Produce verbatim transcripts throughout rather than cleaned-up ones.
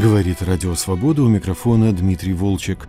Говорит Радио Свобода, у микрофона Дмитрий Волчек.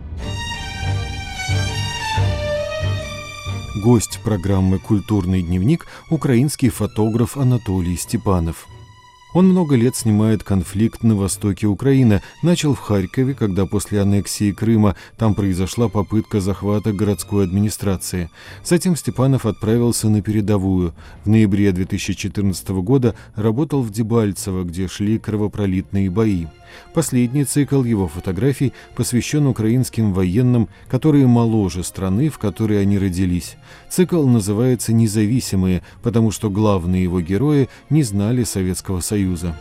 Гость программы «Культурный дневник» – украинский фотограф Анатолий Степанов. Он много лет снимает конфликт на востоке Украины. Начал в Харькове, когда после аннексии Крыма там произошла попытка захвата городской администрации. Затем Степанов отправился на передовую. В ноябре две тысячи четырнадцатого года работал в Дебальцево, где шли кровопролитные бои. Последний цикл его фотографий посвящен украинским военным, которые моложе страны, в которой они родились. Цикл называется «Независимые», потому что главные его герои не знали Советского Союза.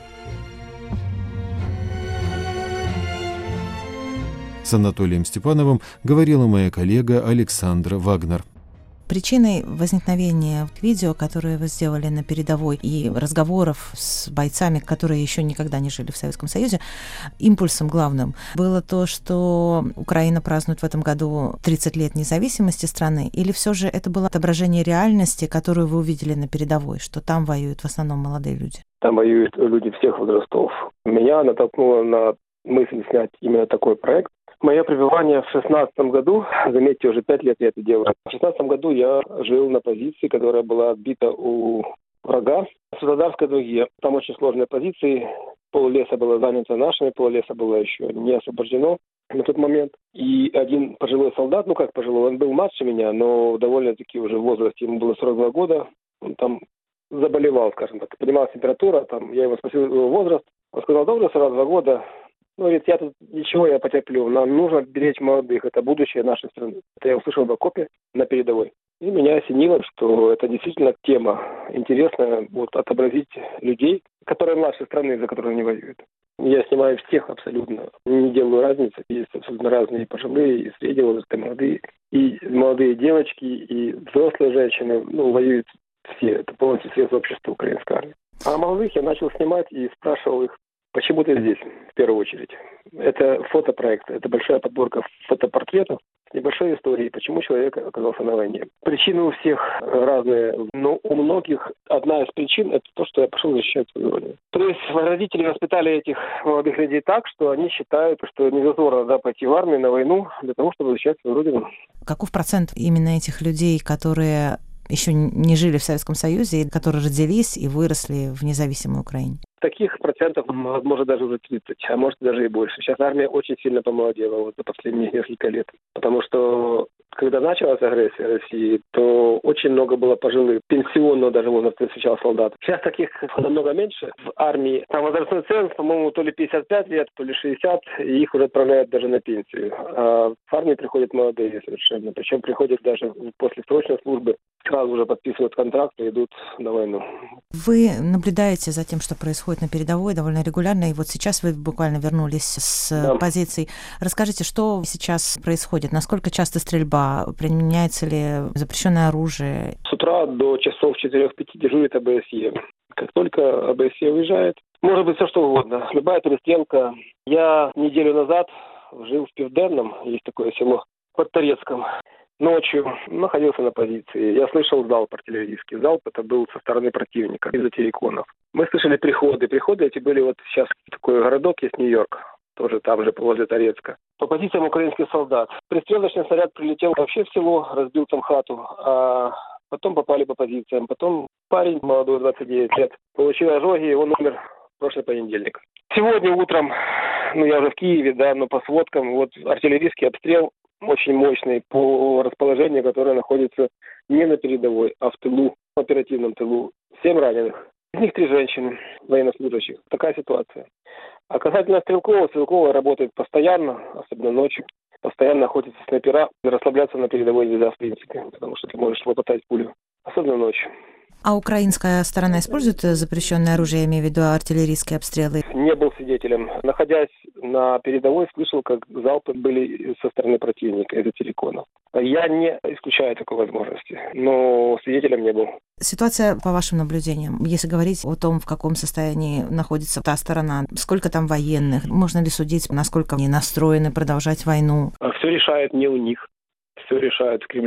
С Анатолием Степановым говорила моя коллега Александра Вагнер. Причиной возникновения видео, которые вы сделали на передовой, и разговоров с бойцами, которые еще никогда не жили в Советском Союзе, импульсом главным было то, что Украина празднует в этом году тридцать лет независимости страны, или все же это было отображение реальности, которую вы увидели на передовой, что там воюют в основном молодые люди? Там воюют люди всех возрастов. Меня натолкнуло на мысль снять именно такой проект. Мое пребывание в шестнадцатом году, заметьте, уже пять лет я это делаю. В шестнадцатом году я жил на позиции, которая была отбита у врага в Светлодарской дуге. Там очень сложные позиции. Пол леса было занято нашими, пол леса было еще не освобождено на тот момент. И один пожилой солдат, ну как пожилой, он был младше меня, но довольно-таки уже в возрасте, ему было сорок два года, он там заболевал, скажем так. Поднималась температура, там, я его спросил его возраст, он сказал, да, уже сорок два года. Ну, говорит, я тут ничего, я потерплю. Нам нужно беречь молодых. Это будущее нашей страны. Это я услышал в окопе на передовой. И меня осенило, что это действительно тема интересная, вот, отобразить людей, которые младше страны, за которую они воюют. Я снимаю всех абсолютно. Не делаю разницы. Есть абсолютно разные пожилые, и среднего возраста, молодые. И молодые девочки, и взрослые женщины. Ну, воюют все. Это полностью средство общества украинской армии. А молодых я начал снимать и спрашивал их, почему ты здесь, в первую очередь? Это фотопроект, это большая подборка фотопортретов с небольшой историей, почему человек оказался на войне. Причины у всех разные, но у многих одна из причин – это то, что я пошел защищать свою родину. То есть родители воспитали этих молодых людей так, что они считают, что незазорно да, пойти в армию, на войну для того, чтобы защищать свою родину. Каков процент именно этих людей, которые еще не жили в Советском Союзе, которые родились и выросли в независимой Украине? Таких процентов, возможно, даже уже тридцать, а может даже и больше. Сейчас армия очень сильно помолодела вот за последние несколько лет. Потому что, когда началась агрессия России, то очень много было пожилых, пенсионного даже возраста встречал солдат. Сейчас таких намного меньше. В армии там возрастной ценз, по-моему, то ли пятьдесят пять лет, то ли шестьдесят, и их уже отправляют даже на пенсию. А в армию приходят молодые совершенно. Причем приходят даже после срочной службы, сразу же подписывают контракт и идут на войну. Вы наблюдаете за тем, что происходит на передовой довольно регулярно, и вот сейчас вы буквально вернулись с да. позиций. Расскажите, что сейчас происходит? Насколько часто стрельба? Применяется ли запрещенное оружие? С утра до часов четырех-пяти дежурит АБСЕ. Как только АБСЕ уезжает, может быть все что угодно. Любая перестрелка. Я неделю назад жил в Південном, есть такое село, под Торецком. Ночью находился на позиции. Я слышал залп артиллерийский. Залп это был со стороны противника, из-за терриконов. Мы слышали приходы. Приходы эти были вот сейчас такой городок есть, Нью-Йорк. Тоже там же, возле Торецка. По позициям украинских солдат. Пристрелочный снаряд прилетел вообще в село, разбил там хату. А потом попали по позициям. Потом парень молодой, двадцать девять лет, получил ожоги, и он умер в прошлый понедельник. Сегодня утром, ну я уже в Киеве, да, но по сводкам, вот артиллерийский обстрел очень мощный по расположению, которое находится не на передовой, а в тылу, в оперативном тылу. Семь раненых. Из них три женщины, военнослужащих. Такая ситуация. А касательно Стрелкова, Стрелкова работает постоянно, особенно ночью. Постоянно охотится снайпера. Расслабляться на передовой нельзя, в принципе, потому что ты можешь лопотать пулю. Особенно ночью. А украинская сторона использует запрещенное оружие, я имею в виду артиллерийские обстрелы? Не был свидетелем. Находясь на передовой, слышал, как залпы были со стороны противника из-за терриконов. Я не исключаю такой возможности, но свидетелем не был. Ситуация, по вашим наблюдениям, если говорить о том, в каком состоянии находится та сторона, сколько там военных, можно ли судить, насколько они настроены продолжать войну? Все решает не у них, все решают в Кремле.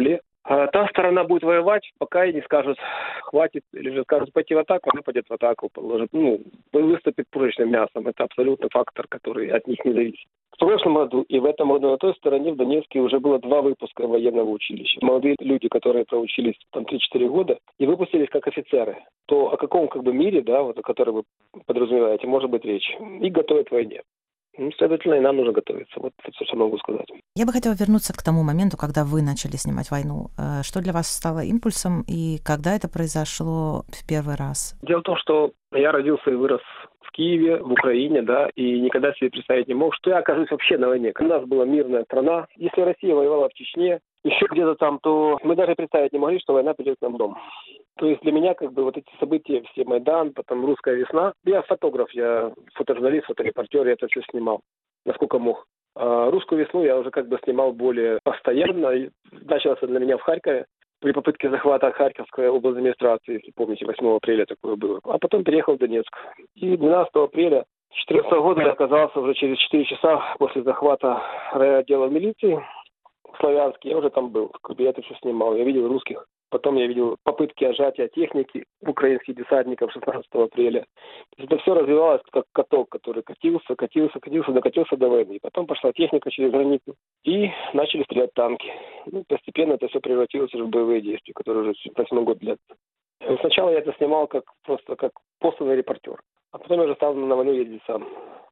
А та сторона будет воевать, пока и не скажут хватит, или же скажут пойти в атаку, она пойдет в атаку, положит, ну, выступит пушечным мясом. Это абсолютно фактор, который от них не зависит. В прошлом году и в этом году на той стороне в Донецке уже было два выпуска военного училища. Молодые люди, которые проучились там три-четыре года и выпустились как офицеры. То о каком как бы мире, да, вот о котором вы подразумеваете, может быть речь. И готовят к войне. Ну, следовательно, и нам нужно готовиться. Вот это все, что могу сказать. Я бы хотела вернуться к тому моменту, когда вы начали снимать войну. Что для вас стало импульсом и когда это произошло в первый раз? Дело в том, что я родился и вырос в Киеве, в Украине, да, и никогда себе представить не мог, что я окажусь вообще на войне. У нас была мирная страна. Если Россия воевала в Чечне, еще где-то там, то мы даже представить не могли, что война придет к нам в дом. То есть для меня как бы вот эти события, все Майдан, потом русская весна. Я фотограф, я фотожурналист, фоторепортер, я это все снимал, насколько мог. А русскую весну я уже как бы снимал более постоянно. И началось для меня в Харькове при попытке захвата Харьковской обладминистрации, если помните, восьмого апреля такое было. А потом переехал в Донецк. И двенадцатого апреля две тысячи четырнадцатого года я оказался уже через четыре часа после захвата райотдела милиции в Славянске. Я уже там был, я это все снимал. Я видел русских. Потом я видел попытки отжатия техники украинских десантников шестнадцатого апреля. То есть это все развивалось как каток, который катился, катился, катился, докатился до войны. И потом пошла техника через границу. И начали стрелять танки. Ну, постепенно это все превратилось уже в боевые действия, которые уже восьмой год длятся. Сначала я это снимал как просто как посланный репортер. А потом я уже стал на войну ездить сам.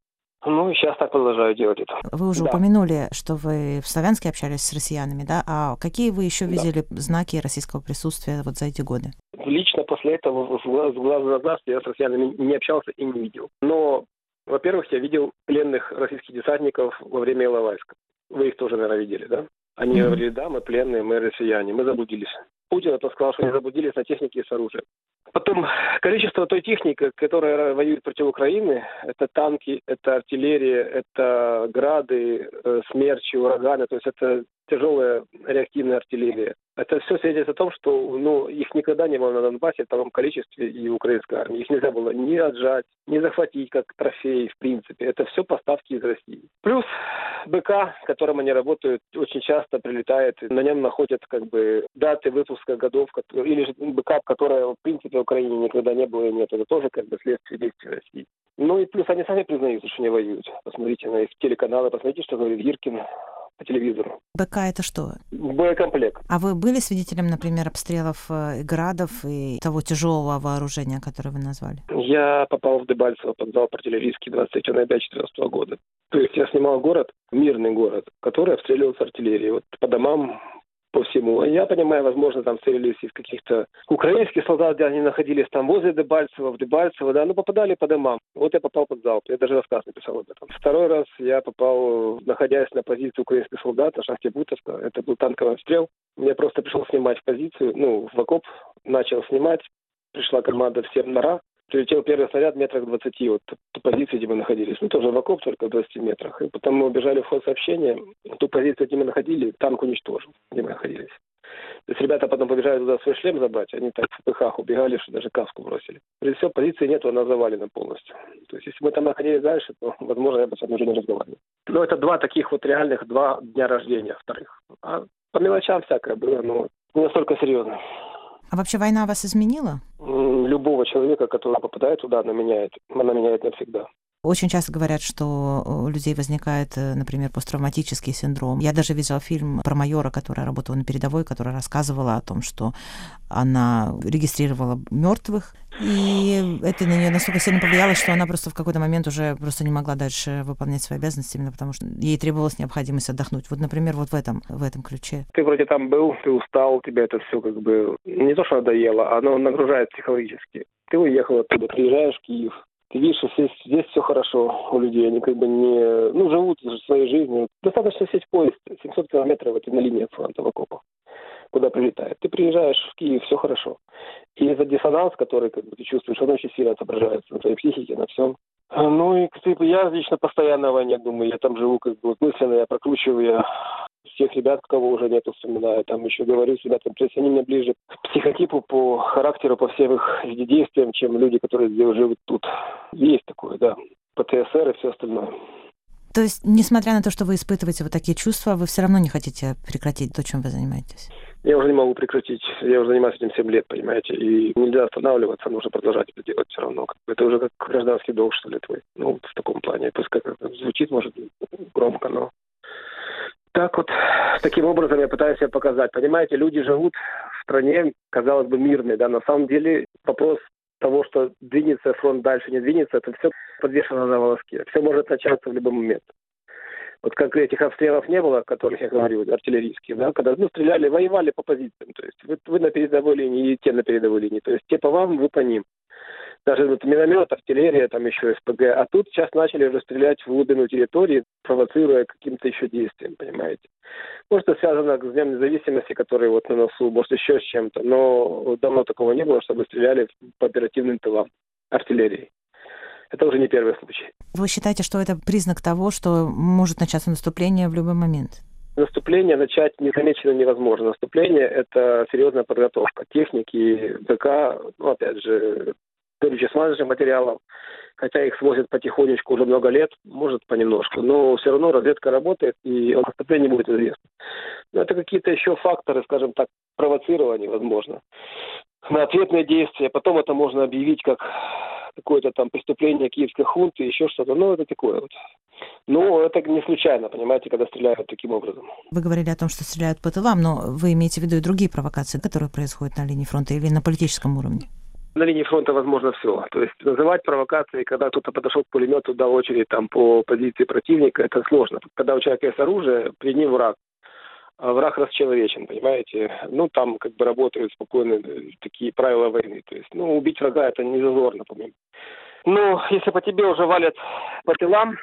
Ну, и сейчас так продолжаю делать это. Вы уже да. упомянули, что вы в Славянске общались с россиянами, да? А какие вы еще видели да. знаки российского присутствия вот за эти годы? Лично после этого с глаза на глаз я с россиянами не общался и не видел. Но, во-первых, я видел пленных российских десантников во время Иловайска. Вы их тоже, наверное, видели, да? Они mm-hmm. говорили, да, мы пленные, мы россияне, мы заблудились. Путин это сказал, что они заблудились на технике и с оружием. Потом количество той техники, которая воюет против Украины, это танки, это артиллерия, это грады, смерчи, ураганы, то есть это тяжелая реактивная артиллерия. Это все свидетельствует о том, что ну, их никогда не было на Донбассе в таком количестве и в украинской армии. Их нельзя было ни отжать, ни захватить как трофей, в принципе. Это все поставки из России. Плюс БК, которым они работают, очень часто прилетает, на нем находят как бы даты выпуска годов, или же БК, которая в принципе в Украине никогда не было и нет. Это тоже как бы следствие действий России. Ну и плюс они сами признаются, что не воюют. Посмотрите на их телеканалы, посмотрите, что говорит Гиркин по телевизору. БК это что? Боекомплект. А вы были свидетелем, например, обстрелов и градов и того тяжелого вооружения, которое вы назвали? Я попал в Дебальцево под залп артиллерийский двадцать третьего ноября две тысячи четырнадцатого года. То есть я снимал город, мирный город, который обстреливался артиллерией. Вот по домам, по всему. Я понимаю, возможно, там целились из каких-то украинских солдат, где они находились там возле Дебальцева, в Дебальцево, да, ну попадали по домам. Вот я попал под залп. Я даже рассказ написал об этом. Второй раз я попал, находясь на позиции украинских солдат на шахте Бутовка. Это был танковый обстрел. Я просто пришел снимать в позицию, ну, в окоп, начал снимать. Пришла команда всем нора. Прилетел первый снаряд в метрах двадцати от ту позицию, где мы находились. Мы тоже в окоп, только в двадцати метрах. И потом мы убежали в ход сообщения. Ту позицию, где мы находились, танк уничтожил, где мы находились. То есть ребята потом побежали туда свой шлем забрать. Они так в пыхах убегали, что даже каску бросили. Прежде всего, позиции нету, она завалена полностью. То есть если мы там находились дальше, то, возможно, я бы с вами уже не разговаривал. Но это два таких вот реальных, два дня рождения вторых. А по мелочам всякое было, но не настолько серьезно. А вообще война вас изменила? Любого человека, который попадает туда, она меняет. Она меняет навсегда. Очень часто говорят, что у людей возникает, например, посттравматический синдром. Я даже видела фильм про майора, которая работала на передовой, которая рассказывала о том, что она регистрировала мертвых, и это на нее настолько сильно повлияло, что она просто в какой-то момент уже просто не могла дальше выполнять свои обязанности, именно потому что ей требовалась необходимость отдохнуть. Вот, например, вот в этом, в этом ключе. Ты вроде там был, ты устал, тебя это все как бы не то, что надоело, оно нагружает психологически. Ты уехал оттуда, приезжаешь в Киев. Ты видишь, что здесь, здесь все хорошо у людей, они как бы не, ну, живут своей жизнью. Достаточно сесть в поезд, семьсот километров, это на линии фронта в окопах, куда прилетает. Ты приезжаешь в Киев, все хорошо. И этот диссонанс, который как бы, ты чувствуешь, он очень сильно отображается на твоей психике, на всем. Ну и типа, я лично постоянно в войне думаю, я там живу как бы вот мысленно, я прокручиваю, я всех ребят, кого уже нету, вспоминаю, там еще говорю с ребятами, то есть они мне ближе к психотипу, по характеру, по всем их действиям, чем люди, которые живут тут. Есть такое, да, ПТСР и все остальное. То есть, несмотря на то, что вы испытываете вот такие чувства, вы все равно не хотите прекратить то, чем вы занимаетесь? Я уже не могу прекратить. Я уже занимаюсь этим семь лет, понимаете. И нельзя останавливаться, нужно продолжать это делать все равно. Это уже как гражданский долг, что ли, твой. Ну, в таком плане. Пускай как звучит, может, громко, но... Так вот, таким образом я пытаюсь себя показать. Понимаете, люди живут в стране, казалось бы, мирной, да. На самом деле вопрос того, что двинется фронт дальше, не двинется, это все подвешено на волоске. Все может начаться в любой момент. Вот как этих обстрелов не было, о которых я говорю, артиллерийских, да, когда ну, стреляли, воевали по позициям. То есть вы, вы на передовой линии, и те на передовой линии. То есть те по вам, вы по ним. Даже вот миномет, артиллерия, там еще СПГ. А тут сейчас начали уже стрелять в глубину территории, провоцируя каким-то еще действием, понимаете. Может, это связано с Днем независимости, который вот на носу, может, еще с чем-то. Но давно такого не было, чтобы стреляли по оперативным тылам артиллерии. Это уже не первый случай. Вы считаете, что это признак того, что может начаться наступление в любой момент? Наступление начать незамеченно невозможно. Наступление – это серьезная подготовка техники, ВК, ну, опять же, горюче-смазочных материалов. Хотя их свозят потихонечку уже много лет, может, понемножку. Но все равно разведка работает, и наступление будет известно. Но это какие-то еще факторы, скажем так, провоцирования, возможно, на ответные действия. Потом это можно объявить как какое-то там преступление киевской хунты, еще что-то. Ну, это такое вот. Но это не случайно, понимаете, когда стреляют таким образом. Вы говорили о том, что стреляют по тылам, но вы имеете в виду и другие провокации, которые происходят на линии фронта или на политическом уровне? На линии фронта возможно все. То есть называть провокацией, когда кто-то подошел к пулемету, дал очередь там по позиции противника, это сложно. Когда у человека есть оружие, перед ним враг. А враг расчеловечен, понимаете? Ну, там как бы работают спокойно такие правила войны. То есть, ну, убить врага это не зазорно, по-моему. Но если по тебе уже валят по тылам,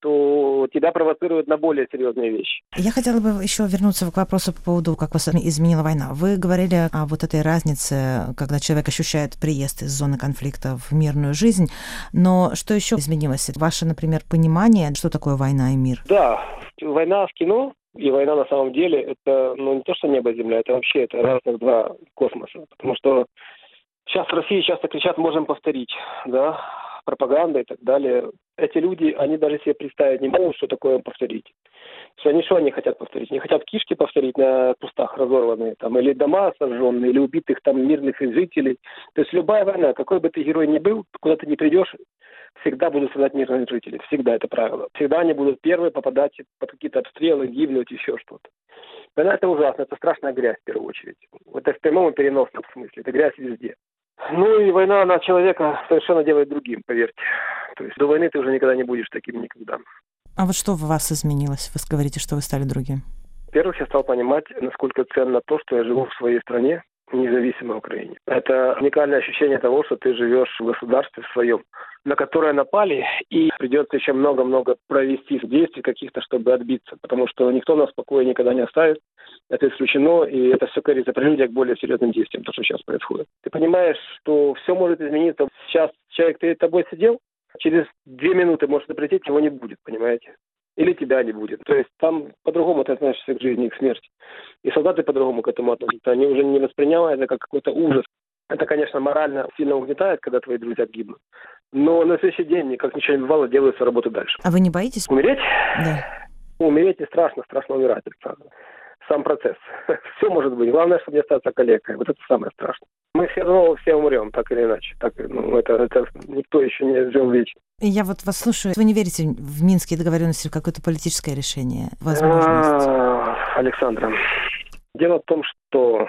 то тебя провоцируют на более серьезные вещи. Я хотела бы еще вернуться к вопросу по поводу, как вас изменила война. Вы говорили о вот этой разнице, когда человек ощущает приезд из зоны конфликта в мирную жизнь, но что еще изменилось? Ваше, например, понимание, что такое война и мир? Да, война в кино и война на самом деле это, ну, не то, что небо и земля, это вообще это разных два космоса. Потому что сейчас в России часто кричат «можем повторить», да, пропаганда и так далее. Эти люди, они даже себе представить не могут, что такое повторить. Что они что они хотят повторить? Они хотят кишки повторить на кустах разорванные, там, или дома сожженные, или убитых там мирных жителей. То есть любая война, какой бы ты герой ни был, куда ты не придешь, всегда будут страдать мирные жители. Всегда это правило. Всегда они будут первые попадать под какие-то обстрелы, гибнуть, еще что-то. Война это ужасно, это страшная грязь в первую очередь. Это в прямом и переносном смысле. Это грязь везде. Ну и война, она человека совершенно делает другим, поверьте. То есть до войны ты уже никогда не будешь таким никогда. А вот что в вас изменилось? Вы говорите, что вы стали другим. Во-первых, я стал понимать, насколько ценно то, что я живу в своей стране, независимой Украине. Это уникальное ощущение того, что ты живешь в государстве своем, на которое напали, и придется еще много-много провести действий каких-то, чтобы отбиться, потому что никто нас в покое никогда не оставит. Это исключено, и это все, кажется, прелюдия к более серьезным действиям, то, что сейчас происходит. Ты понимаешь, что все может измениться. Сейчас человек перед тобой сидел, через две минуты может прийти, его не будет, понимаете? Или тебя не будет. То есть там по-другому ты относишься к жизни и к смерти. И солдаты по-другому к этому относятся. Они уже не воспринимают это как какой-то ужас. Это, конечно, морально сильно угнетает, когда твои друзья гибнут. Но на следующий день, как ничего не бывало, делают свою работу дальше. А вы не боитесь? Умереть? Да. Умереть не страшно, страшно умирать, Александр. Сам процесс. Все может быть. Главное, чтобы не остаться калекой. Вот это самое страшное. Мы все равно все умрем, так или иначе. Так, ну, это, это никто еще не жил вечно. Я вот вас слушаю. Вы не верите в минские договоренности, в какое-то политическое решение? Возможность? Александра, дело в том, что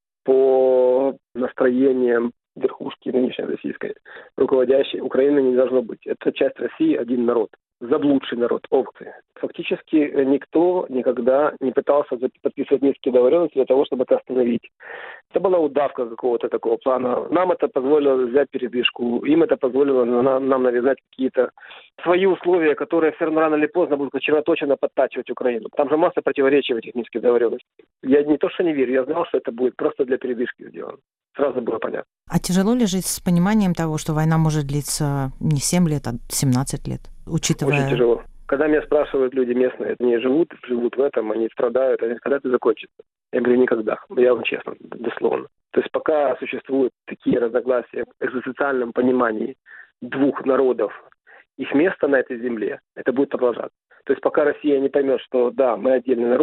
по настроениям верхушки нынешней российской руководящей Украины не должно быть. Это часть России, один народ. Заблудший народ, овцы. Фактически никто никогда не пытался подписывать минские договоренности для того, чтобы это остановить. Это была удавка какого-то такого плана. Нам это позволило взять передышку, им это позволило нам, нам навязать какие-то свои условия, которые все равно рано или поздно будут червоточина подтачивать Украину. Там же масса противоречий в этих минских договоренностях. Я не то, что не верю, я знал, что это будет просто для передышки сделано. Сразу было понятно. А тяжело ли жить с пониманием того, что война может длиться не семь лет, а семнадцать лет, учитывая... Очень тяжело. Когда меня спрашивают люди местные, они живут, живут в этом, они страдают, они когда это закончится? Я говорю, никогда. Я вам честно, дословно. То есть пока существуют такие разногласия в экзистенциальном понимании двух народов, их место на этой земле, это будет продолжаться. То есть пока Россия не поймет, что да, мы отдельный народ,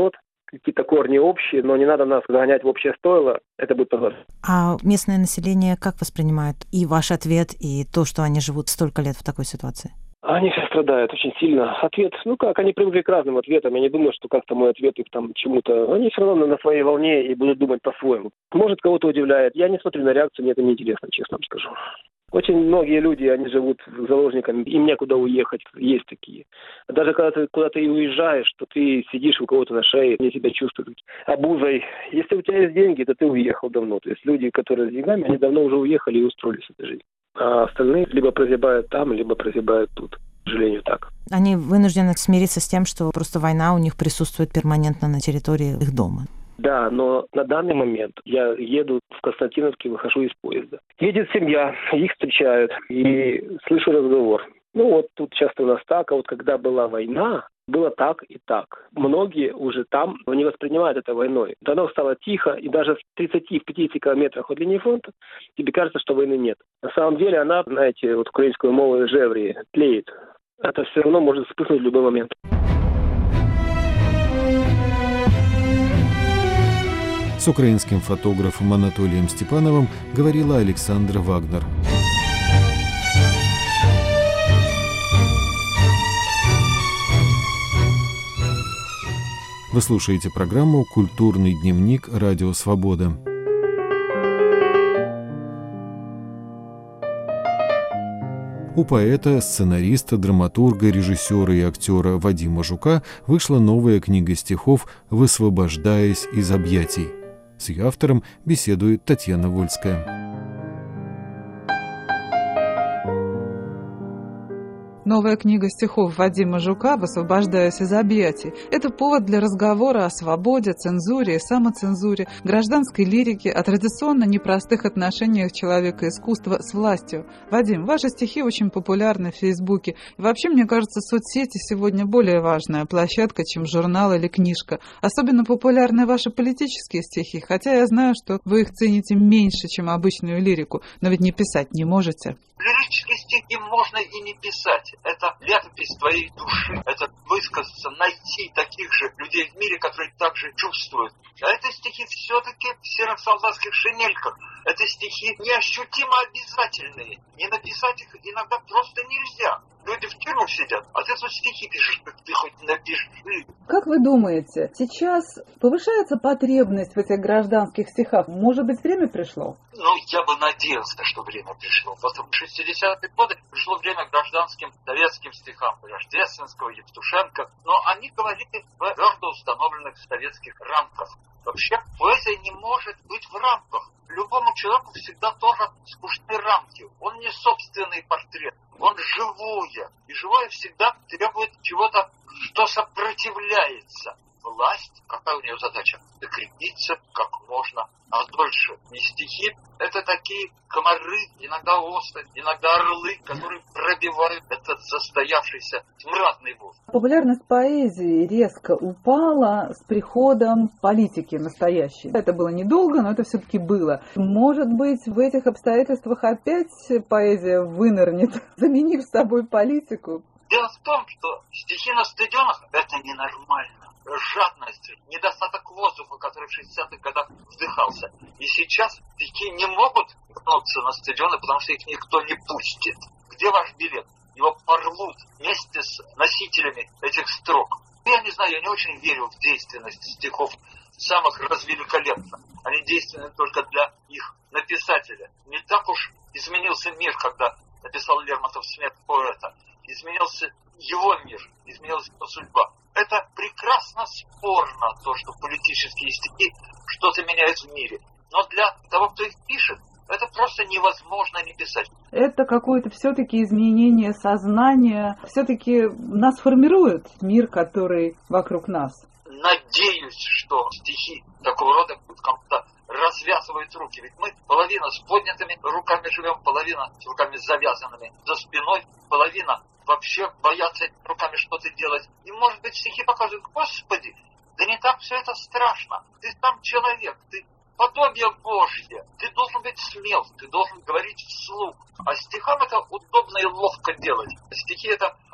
какие-то корни общие, но не надо нас загонять в общее стойло, это будет позор. А местное население как воспринимает и ваш ответ, и то, что они живут столько лет в такой ситуации? Они все страдают очень сильно. Ответ, ну как, они привыкли к разным ответам. Я не думаю, что как-то мой ответ их там чему-то... Они все равно на своей волне и будут думать по-своему. Может, кого-то удивляет. Я не смотрю на реакцию, мне это неинтересно, честно вам скажу. Очень многие люди, они живут заложниками, им некуда уехать, есть такие. Даже когда ты куда-то и уезжаешь, то ты сидишь у кого-то на шее, они себя чувствуют обузой. Если у тебя есть деньги, то ты уехал давно. То есть люди, которые с деньгами, они давно уже уехали и устроились в этой жизни. А остальные либо прозябают там, либо прозябают тут. К сожалению, так. Они вынуждены смириться с тем, что просто война у них присутствует перманентно на территории их дома. Да, но на данный момент я еду в Константиновке, выхожу из поезда. Едет семья, их встречают, и слышу разговор. Ну вот тут часто у нас так, а вот когда была война, было так и так. Многие уже там не воспринимают это войной. Давно стало тихо, и даже в тридцати-пятидесяти километрах от линии фронта тебе кажется, что войны нет. На самом деле она, знаете, вот украинскую мову жеври, тлеет. Это все равно может вспыхнуть в любой момент. С украинским фотографом Анатолием Степановым говорила Александра Вагнер. Вы слушаете программу «Культурный дневник. Радио Свобода». У поэта, сценариста, драматурга, режиссера и актера Вадима Жука вышла новая книга стихов «Высвобождаясь из объятий». С ее автором беседует Татьяна Вольская. Новая книга стихов Вадима Жука «Высвобождаясь из объятий» – это повод для разговора о свободе, цензуре и самоцензуре, гражданской лирике, о традиционно непростых отношениях человека и искусства с властью. Вадим, ваши стихи очень популярны в Фейсбуке. И вообще, мне кажется, соцсети сегодня более важная площадка, чем журнал или книжка. Особенно популярны ваши политические стихи, хотя я знаю, что вы их цените меньше, чем обычную лирику, но ведь не писать не можете. Лирические стихи можно и не писать. Это летопись твоей души. Это высказаться, найти таких же людей в мире, которые так же чувствуют. А это стихи все-таки в серых солдатских шинельках. Это стихи неощутимо обязательные. Не написать их иногда просто нельзя. Люди в тюрьму сидят, а ты тут стихи пишешь, ты хоть напиши. Как вы думаете, сейчас повышается потребность в этих гражданских стихах? Может быть, время пришло? Ну, я бы надеялся, что время пришло. Вот в шестидесятые годы пришло время к гражданским советским стихам Рождественского, Евтушенко, но они говорили в твердо установленных советских рамках. Вообще, поэзия не может быть в рамках. Любому человеку всегда тоже скучны рамки. Он не собственный портрет, он живое. И живое всегда требует чего-то, что сопротивляется. Власть, какая у нее задача? Закрепиться как можно, а дольше. Не стихи, это такие комары, иногда осы, иногда орлы, которые пробивают этот застоявшийся смрадный воздух. Популярность поэзии резко упала с приходом политики настоящей. Это было недолго, но это все-таки было. Может быть, в этих обстоятельствах опять поэзия вынырнет, заменив собой политику? Дело в том, что стихи на стадионах – это ненормально. Жадность, недостаток воздуха, который в шестидесятых годах вдыхался. И сейчас стихи не могут вернуться на стадионы, потому что их никто не пустит. Где ваш билет? Его порвут вместе с носителями этих строк. Я не знаю, я не очень верю в действенность стихов самых развеликолепных. Они действенны только для их написателя. Не так уж изменился мир, когда написал Лермонтов «Смерть поэта». Изменился его мир, изменилась его судьба. Это прекрасно спорно, то, что политические стихи что-то меняют в мире. Но для того, кто их пишет, это просто невозможно не писать. Это какое-то все-таки изменение сознания, все-таки нас формирует мир, который вокруг нас. Надеюсь, что стихи такого рода будут кому-то развязывать руки. Ведь мы половина с поднятыми руками живем, половина с руками завязанными за спиной, половина вообще боятся руками что-то делать. И, может быть, стихи показывают: Господи, да не так все это страшно. Ты сам человек, ты подобие Божье. Ты должен быть смел, ты должен говорить вслух. А стихам это удобно и ловко делать. Стихи — это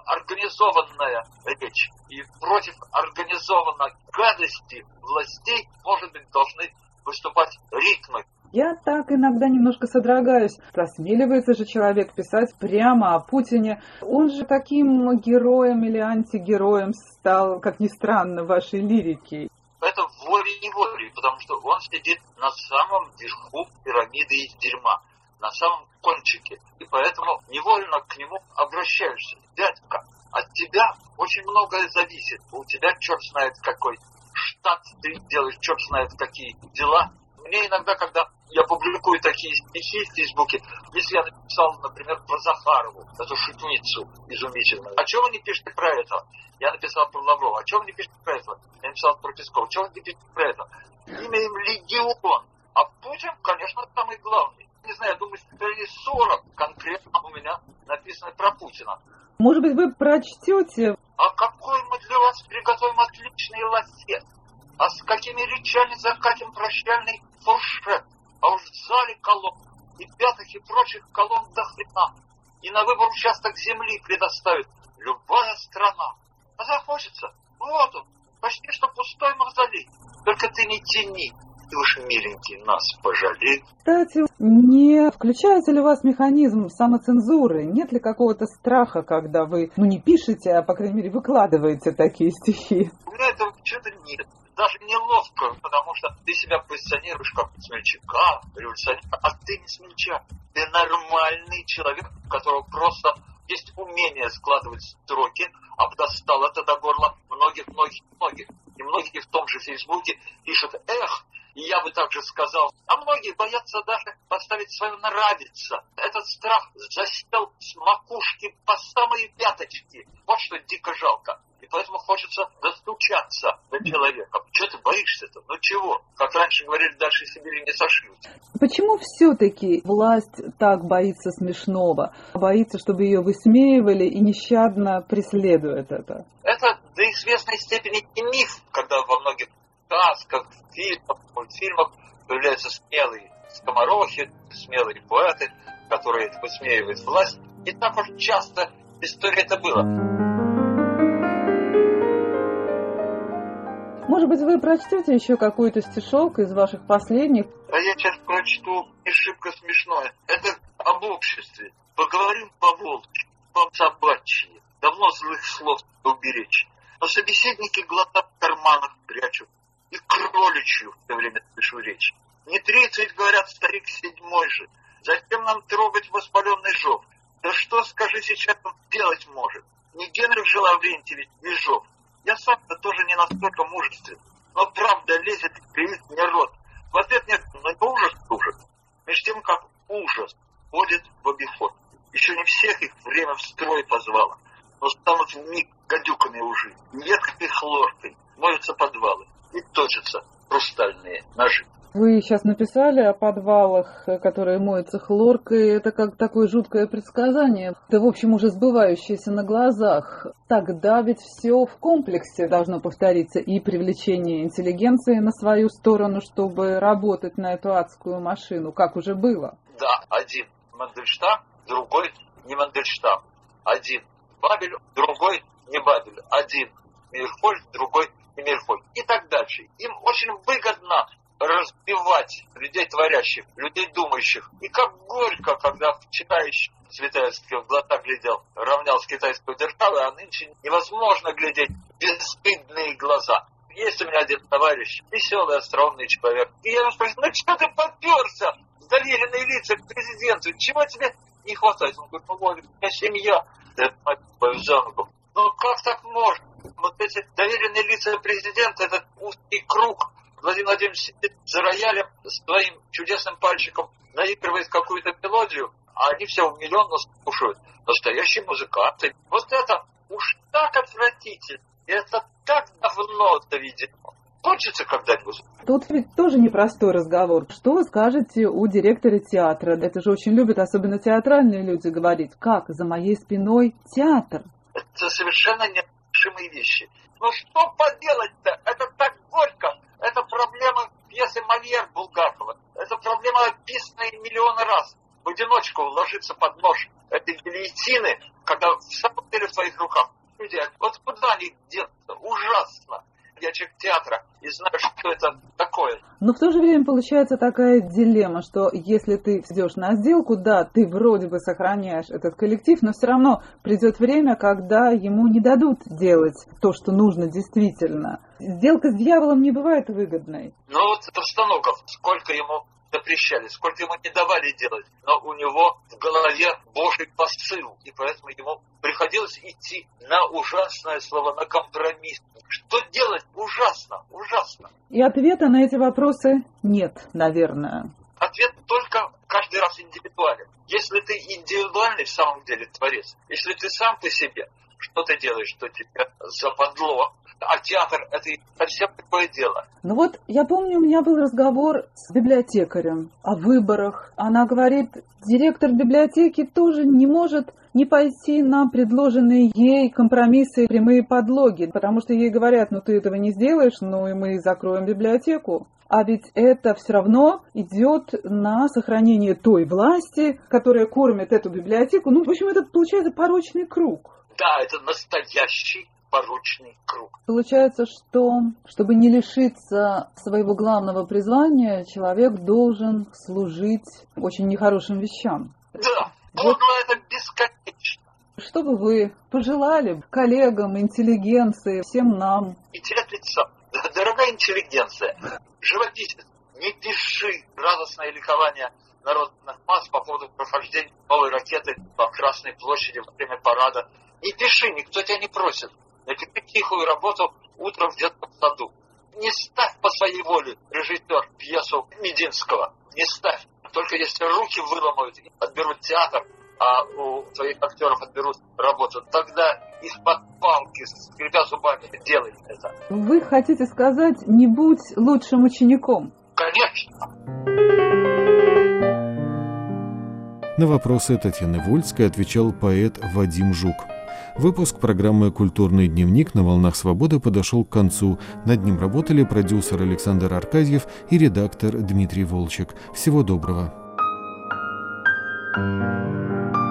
организованная речь и против организованной гадости властей, может быть, должны выступать ритмы. Я так иногда немножко содрогаюсь. Осмеливается же человек писать прямо о Путине. Он же таким героем или антигероем стал, как ни странно, в вашей лирике. Это волей-неволей, потому что он сидит на самом верху пирамиды из дерьма, на самом кончике. И поэтому невольно к нему обращаешься. Дядька, от тебя очень многое зависит. У тебя черт знает какой штат, ты делаешь черт знает какие дела. Мне иногда, когда я публикую такие стихи в Фейсбуке, если я написал, например, про Захарову, эту шутницу изумительную, а чего вы не пишете про это? Я написал про Лаврова. А чего вы не пишете про это? Я написал про Пескова. Чего вы не пишете про это? Имя им легион. А Путин, конечно, самый главный. Не знаю, я думаю, страниц сорок конкретно у меня написано про Путина. Может быть, вы прочтете? А какой мы для вас приготовим отличный лафет? А с какими речами закатим прощальный фуршет? А уж в зале колонн и пятых и прочих колонн до хрена. И на выбор участок земли предоставит любая страна. А захочется, вот он, почти что пустой мавзолей. Только ты не тяни, ты уж, миленький, нас пожалей. Кстати, не включается ли у вас механизм самоцензуры? Нет ли какого-то страха, когда вы, ну, не пишете, а, по крайней мере, выкладываете такие стихи? У меня этого что-то нет. Даже неловко, потому что ты себя позиционируешь как смельчака, революционера, а ты не смельчак. Ты нормальный человек, у которого просто есть умение складывать строки, а достал это до горла многих-многих-многих. И многие в том же Фейсбуке пишут: эх, и я бы также сказал. А многие боятся даже подставить свое «нравится». Этот страх засел с макушки по самые пяточки. Вот что дико жалко. И поэтому хочется достучаться до человека. Чего ты боишься-то? Ну чего? Как раньше говорили, дальше Сибири не сошлют. Почему все-таки власть так боится смешного? Боится, чтобы ее высмеивали и нещадно преследует это? Это до известной степени и миф, когда во многих сказках, фильмах, мультфильмах появляются смелые скоморохи, смелые поэты, которые высмеивают власть. И так уж часто в истории это было. Может быть, вы прочтете еще какой-то стишок из ваших последних? А я сейчас прочту не шибко смешное. Это об обществе. Поговорим по-волчьи, по-собачьи. Давно злых слов уберечь. Но собеседники глаза в карманах прячут. И кроличью все время слышу речь. Не тридцать, говорят, старик седьмой же. Зачем нам трогать воспаленный жов? Да что, скажи, сейчас он делать может? Не Генрих же Лаврентьевич Ежов. Я сам-то тоже не настолько мужествен. Но правда лезет и кривит мне рот. В ответ нет, ну не ужас ужас. Между тем, как ужас входит в обиход. Еще не всех их время в строй позвало. Но станут вмиг гадюками уже. Едкой хлоркой моются подвалы. И точатся хрустальные ножи. Вы сейчас написали о подвалах, которые моются хлоркой. Это как такое жуткое предсказание. Это, в общем, уже сбывающееся на глазах. Тогда ведь все в комплексе должно повториться. И привлечение интеллигенции на свою сторону, чтобы работать на эту адскую машину, как уже было. Да, один Мандельштам, другой не Мандельштам. Один Бабель, другой не Бабель. Один Мирхольд, другой не Мирхольд. И так дальше. Им очень выгодно разбивать людей творящих, людей думающих. И как горько, когда вчера еще Цветаевский в глаза глядел, равнял с китайской державой, а нынче невозможно глядеть в бесстыдные глаза. Есть у меня один товарищ, веселый, остроумный человек. И я ему спросил: ну что ты поперся в доверенные лица к президенту? Чего тебе не хватает? Он говорит: ну, Владик, у меня семья. Да, мать твою за ногу. Ну как так можно? Вот эти доверенные лица президента, этот узкий круг. Владимир Владимирович сидит за роялем своим чудесным пальчиком, наигрывает какую-то мелодию, а они все умиленно слушают. Настоящие музыканты. Вот это уж так отвратительно. И это так давно доведено. Кончится когда-нибудь. Тут ведь тоже непростой разговор. Что вы скажете о директоре театра? Это же очень любят, особенно театральные люди, говорить. Как? За моей спиной театр. Это совершенно нерешимые вещи. Ну что поделать-то? Это так горько. Это проблема пьесы «Мольер» Булгакова. Это проблема, описанная миллионы раз. В одиночку ложиться под нож эти гильотины, когда в самом деле в своих руках. Люди, вот куда они деться? Ужасно. Я человек театра и знаю, что это такое. Но в то же время получается такая дилемма, что если ты идешь на сделку, да, ты вроде бы сохраняешь этот коллектив, но все равно придет время, когда ему не дадут делать то, что нужно действительно. Сделка с дьяволом не бывает выгодной. Ну вот Товстоногов, сколько ему запрещали, сколько ему не давали делать, но у него в голове Божий посыл, и поэтому ему приходилось идти на ужасное слово, на компромисс. Что делать? Ужасно, ужасно. И ответа на эти вопросы нет, наверное. Ответ только каждый раз индивидуален. Если ты индивидуальный в самом деле творец, если ты сам по себе, что ты делаешь, что тебе западло, а театр — это совсем такое дело. Ну вот, я помню, у меня был разговор с библиотекарем о выборах. Она говорит, директор библиотеки тоже не может не пойти на предложенные ей компромиссы, прямые подлоги, потому что ей говорят, ну ты этого не сделаешь, ну и мы закроем библиотеку. А ведь это все равно идет на сохранение той власти, которая кормит эту библиотеку. Ну, в общем, это получается порочный круг. Да, это настоящий порочный круг. Получается, что, чтобы не лишиться своего главного призвания, человек должен служить очень нехорошим вещам. Да, вот. Подло это бесконечно. Что бы вы пожелали коллегам, интеллигенции, всем нам? И терять лицо. Дорогая интеллигенция, живописец, не пиши радостное ликование народных масс по поводу прохождения новой ракеты по Красной площади во время парада. Не пиши, никто тебя не просит. Напиши тихую работу утром в детском саду. Не ставь по своей воле, режиссер, пьесу Мединского. Не ставь. Только если руки выломают и отберут театр, а у твоих актеров отберут работу, тогда из-под палки, скрипя зубами, делай это. Вы хотите сказать, не будь лучшим учеником? Конечно. На вопросы Татьяны Вольской отвечал поэт Вадим Жук. Выпуск программы «Культурный дневник» на «Волнах Свободы» подошел к концу. Над ним работали продюсер Александр Аркадьев и редактор Дмитрий Волчек. Всего доброго.